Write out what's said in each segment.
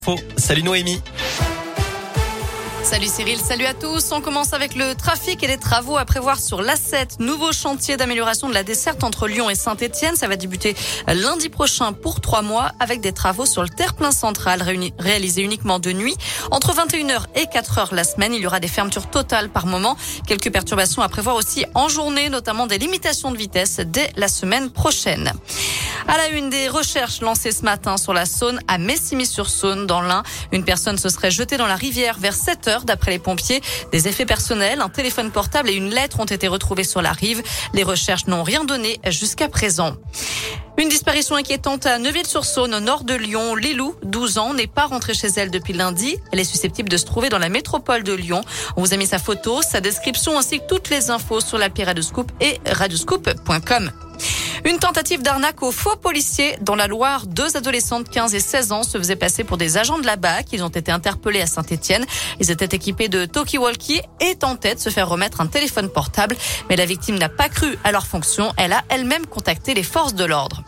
Salut Noémie. Salut Cyril, salut à tous. On commence avec le trafic et les travaux à prévoir sur l'A7. Nouveau chantier d'amélioration de la desserte entre Lyon et Saint-Etienne. Ça va débuter lundi prochain pour 3 mois avec des travaux sur le terre-plein central réalisés uniquement de nuit. Entre 21h et 4h la semaine, il y aura des fermetures totales par moment. Quelques perturbations à prévoir aussi en journée, notamment des limitations de vitesse dès la semaine prochaine. À la une, des recherches lancées ce matin sur la Saône à Messigny-sur-Saône dans l'Ain. Une personne se serait jetée dans la rivière vers 7h d'après les pompiers. Des effets personnels, un téléphone portable et une lettre ont été retrouvés sur la rive. Les recherches n'ont rien donné jusqu'à présent. Une disparition inquiétante à Neuville-sur-Saône, au nord de Lyon. Lilou, 12 ans, n'est pas rentrée chez elle depuis lundi. Elle est susceptible de se trouver dans la métropole de Lyon. On vous a mis sa photo, sa description ainsi que toutes les infos sur l'appli Radioscoop et radioscoop.com. Une tentative d'arnaque aux faux policiers dans la Loire. 2 adolescents de 15 et 16 ans se faisaient passer pour des agents de la BAC. Ils ont été interpellés à Saint-Etienne. Ils étaient équipés de talkie-walkie et tentaient de se faire remettre un téléphone portable. Mais la victime n'a pas cru à leur fonction. Elle a elle-même contacté les forces de l'ordre.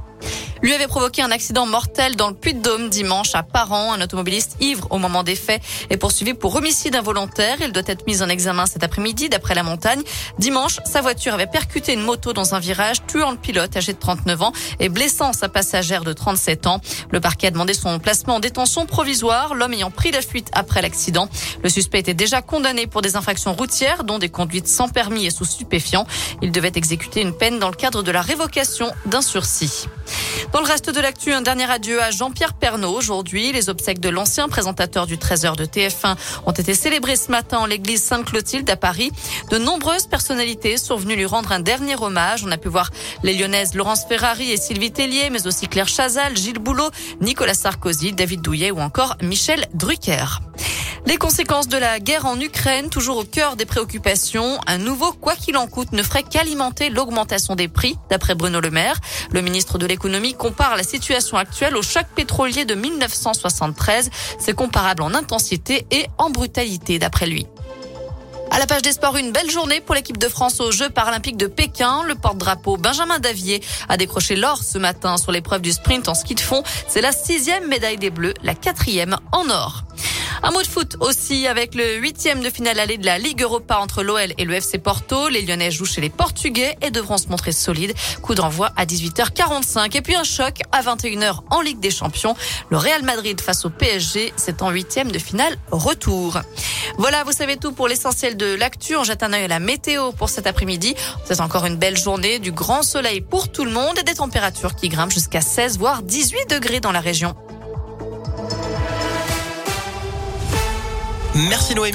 Lui avait provoqué un accident mortel dans le Puy-de-Dôme dimanche à Paran. Un automobiliste ivre au moment des faits est poursuivi pour homicide involontaire. Il doit être mis en examen cet après-midi d'après La Montagne. Dimanche, sa voiture avait percuté une moto dans un virage, tuant le pilote âgé de 39 ans et blessant sa passagère de 37 ans. Le parquet a demandé son placement en détention provisoire, l'homme ayant pris la fuite après l'accident. Le suspect était déjà condamné pour des infractions routières, dont des conduites sans permis et sous stupéfiants. Il devait exécuter une peine dans le cadre de la révocation d'un sursis. Dans le reste de l'actu, un dernier adieu à Jean-Pierre Pernaut. Aujourd'hui, les obsèques de l'ancien présentateur du 13h de TF1 ont été célébrées ce matin en l'église Sainte-Clotilde à Paris. De nombreuses personnalités sont venues lui rendre un dernier hommage. On a pu voir les Lyonnaises Laurence Ferrari et Sylvie Tellier, mais aussi Claire Chazal, Gilles Boulot, Nicolas Sarkozy, David Douillet ou encore Michel Drucker. Les conséquences de la guerre en Ukraine, toujours au cœur des préoccupations. Un nouveau quoi qu'il en coûte ne ferait qu'alimenter l'augmentation des prix, d'après Bruno Le Maire. Le ministre de l'économie compare la situation actuelle au choc pétrolier de 1973. C'est comparable en intensité et en brutalité, d'après lui. À la page des sports, une belle journée pour l'équipe de France aux Jeux paralympiques de Pékin. Le porte-drapeau Benjamin Davier a décroché l'or ce matin sur l'épreuve du sprint en ski de fond. C'est la 6e médaille des Bleus, la 4e en or. Un mot de foot aussi avec le 8e de finale aller de la Ligue Europa entre l'OL et le FC Porto. Les Lyonnais jouent chez les Portugais et devront se montrer solides. Coup d'envoi à 18h45. Et puis un choc à 21h en Ligue des Champions. Le Real Madrid face au PSG, c'est en 8e de finale retour. Voilà, vous savez tout pour l'essentiel de l'actu. On jette un œil à la météo pour cet après-midi. C'est encore une belle journée, du grand soleil pour tout le monde et des températures qui grimpent jusqu'à 16 voire 18 degrés dans la région. Merci Noémie.